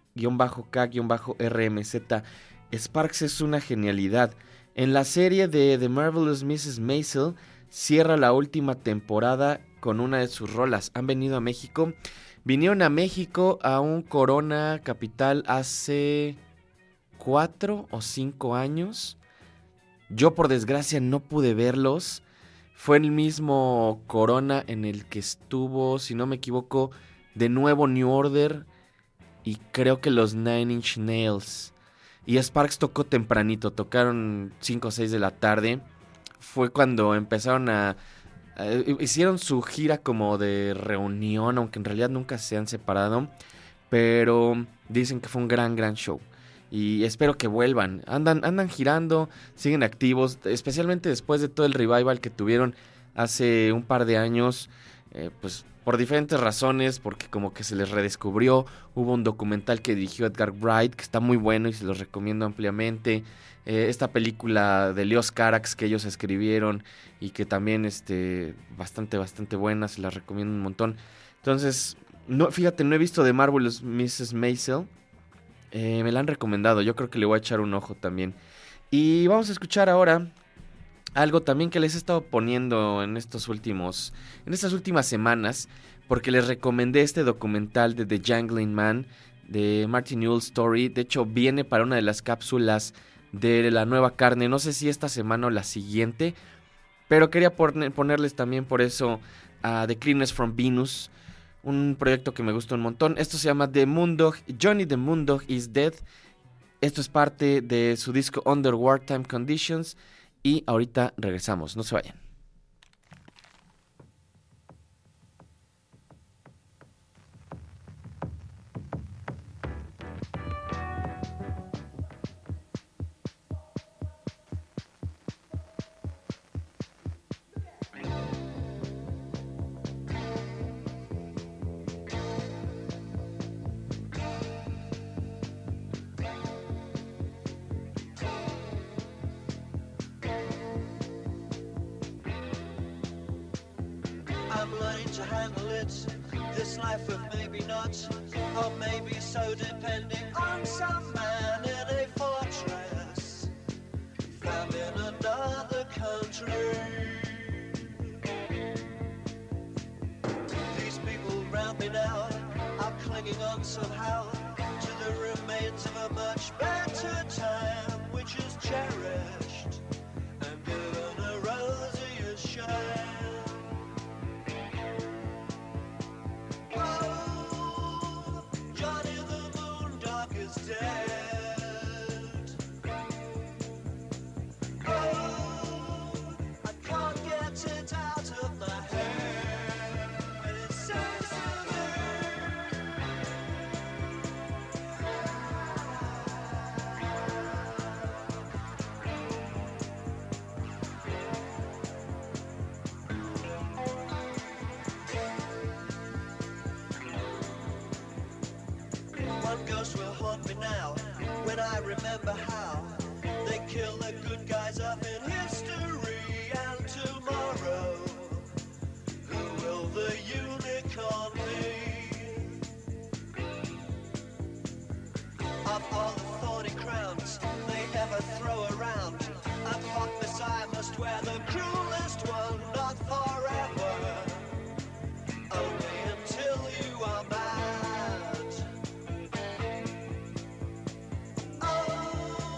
Eli-K-R M Z. Sparks es una genialidad. En la serie de The Marvelous missus Maisel cierra la última temporada con una de sus rolas. Han venido a México. Vinieron a México a un Corona Capital hace cuatro o cinco años. Yo por desgracia no pude verlos. Fue el mismo Corona en el que estuvo, si no me equivoco, de nuevo New Order y creo que los Nine Inch Nails. Y Sparks tocó tempranito, tocaron cinco o seis de la tarde. Fue cuando empezaron a... Uh, hicieron su gira como de reunión, aunque en realidad nunca se han separado, pero dicen que fue un gran, gran show. Y espero que vuelvan. Andan, andan girando, siguen activos, especialmente después de todo el revival que tuvieron hace un par de años, eh, pues por diferentes razones, porque como que se les redescubrió. Hubo un documental que dirigió Edgar Wright, que está muy bueno y se los recomiendo ampliamente. Eh, esta película de Leos Carax que ellos escribieron y que también este bastante, bastante buena, se la recomiendo un montón. Entonces, no, fíjate, no he visto The Marvelous missus Maisel. Eh, me la han recomendado, yo creo que le voy a echar un ojo también. Y vamos a escuchar ahora algo también que les he estado poniendo en estos últimos, en estas últimas semanas, porque les recomendé este documental de The Jangling Man de Martin Newell Story. De hecho, viene para una de las cápsulas de La Nueva Carne, no sé si esta semana o la siguiente, pero quería ponerles también por eso a The Cleanest from Venus, un proyecto que me gusta un montón. Esto se llama The Moondog, Johnny the Moondog is Dead. Esto es parte de su disco Under Wartime Conditions y ahorita regresamos, no se vayan. I'm learning to handle it, this life of maybe not, or maybe so, depending on some man in a fortress, found in another country. These people round me now are clinging on somehow to the remains of a much better time, which is cherished and given a rosier shine. Oh, Johnny the Moondog is dead. Oh, I can't get it out of my head, and it says to me, one ghost will haunt me now when I remember how they kill the good guys up in history. And tomorrow, who will the unicorn be? Of all the thorny crowns they ever throw around, a pot Messiah must wear the cruelest one, not forever, only until you are mad. Oh,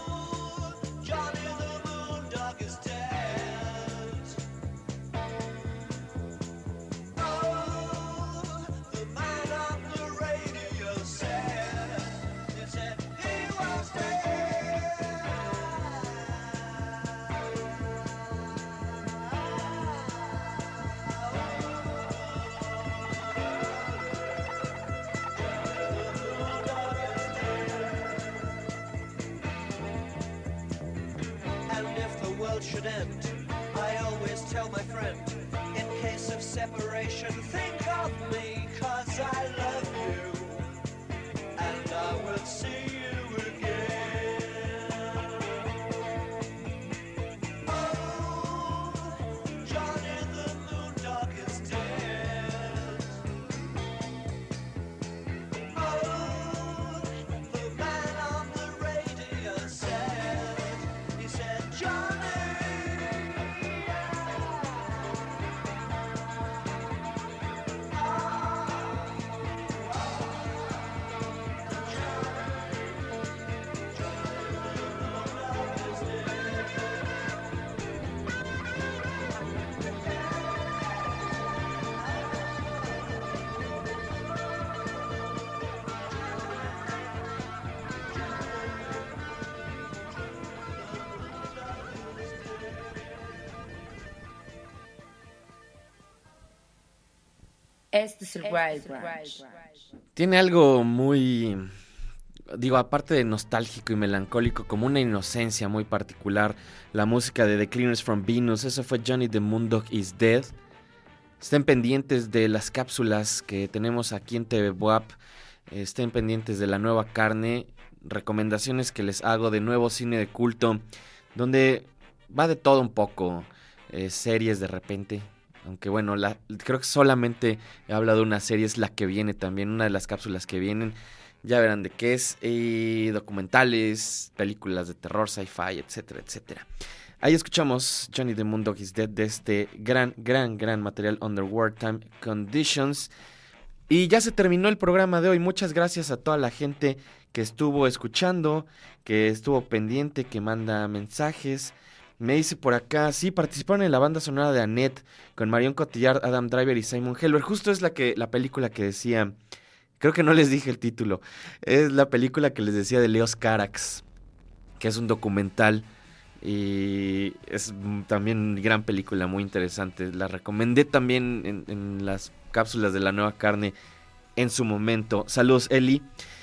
world should end, I always tell my friend, in case of separation, think of me, cause I love you, and I will see you again. Oh, Johnny the Moondog is dead. Oh, the man on the radio said, he said, Johnny. Este es el Wild Branch. Tiene algo muy, digo, aparte de nostálgico y melancólico, como una inocencia muy particular. La música de The Cleaners from Venus, eso fue Johnny the Moondog is Dead. Estén pendientes de las cápsulas que tenemos aquí en T V Buap. Estén pendientes de La Nueva Carne. Recomendaciones que les hago de nuevo cine de culto, donde va de todo un poco. Eh, series de repente. Aunque bueno, la, creo que solamente he hablado de una serie, es la que viene también, una de las cápsulas que vienen. Ya verán de qué es. Y documentales, películas de terror, sci-fi, etcétera, etcétera. Ahí escuchamos Johnny the Moondog is Dead de este gran, gran, gran material Under Wartime Conditions. Y ya se terminó el programa de hoy. Muchas gracias a toda la gente que estuvo escuchando, que estuvo pendiente, que manda mensajes. Me dice por acá, sí, participaron en la banda sonora de Annette con Marion Cotillard, Adam Driver y Simon Helber. Justo es la que la película que decía, creo que no les dije el título, es la película que les decía de Leos Carax, que es un documental y es también gran película, muy interesante. La recomendé también en, en las cápsulas de La Nueva Carne en su momento. Saludos, Eli.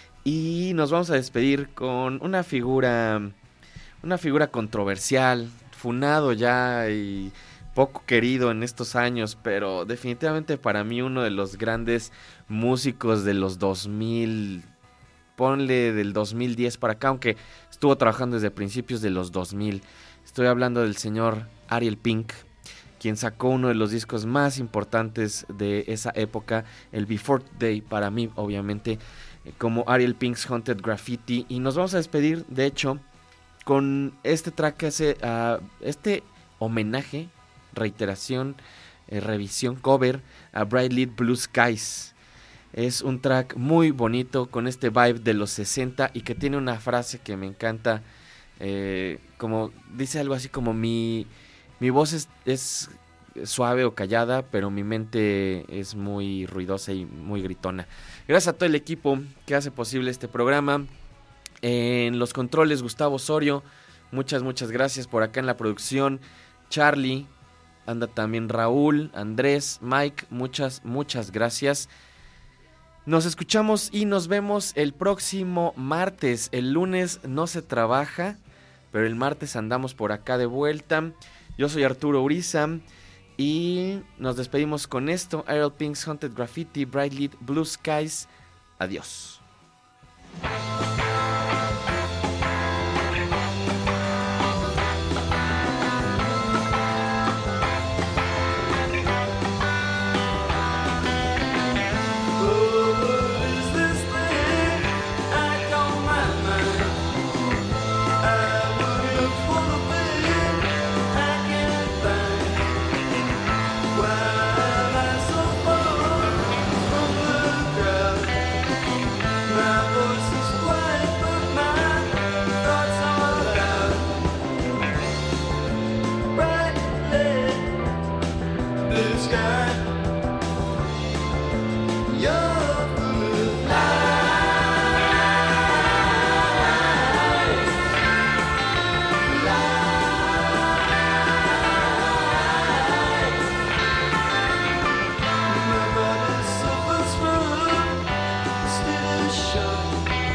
Y nos vamos a despedir con una figura, una figura controversial, funado ya y poco querido en estos años, pero definitivamente para mí uno de los grandes músicos de los dos mil, ponle del dos mil diez para acá, aunque estuvo trabajando desde principios de los dos mil. Estoy hablando del señor Ariel Pink, quien sacó uno de los discos más importantes de esa época, el Before Day, para mí obviamente, como Ariel Pink's Haunted Graffiti. Y nos vamos a despedir, de hecho, con este track que hace uh, este homenaje, reiteración, eh, revisión, cover a Bright Lit Blue Skies. Es un track muy bonito con este vibe de los sesenta y que tiene una frase que me encanta, eh, como dice algo así como mi, mi voz es, es suave o callada, pero mi mente es muy ruidosa y muy gritona. Gracias a todo el equipo que hace posible este programa. En los controles, Gustavo Osorio, muchas, muchas gracias. Por acá en la producción, Charlie, anda también Raúl, Andrés, Mike, muchas, muchas gracias. Nos escuchamos y nos vemos el próximo martes. El lunes no se trabaja, pero el martes andamos por acá de vuelta. Yo soy Arturo Uriza y nos despedimos con esto. Ariel Pink's Haunted Graffiti, Bright Lit Blue Skies. Adiós.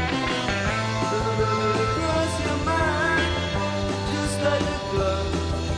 Just like a glove.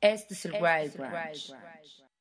Este es el Wild Branch.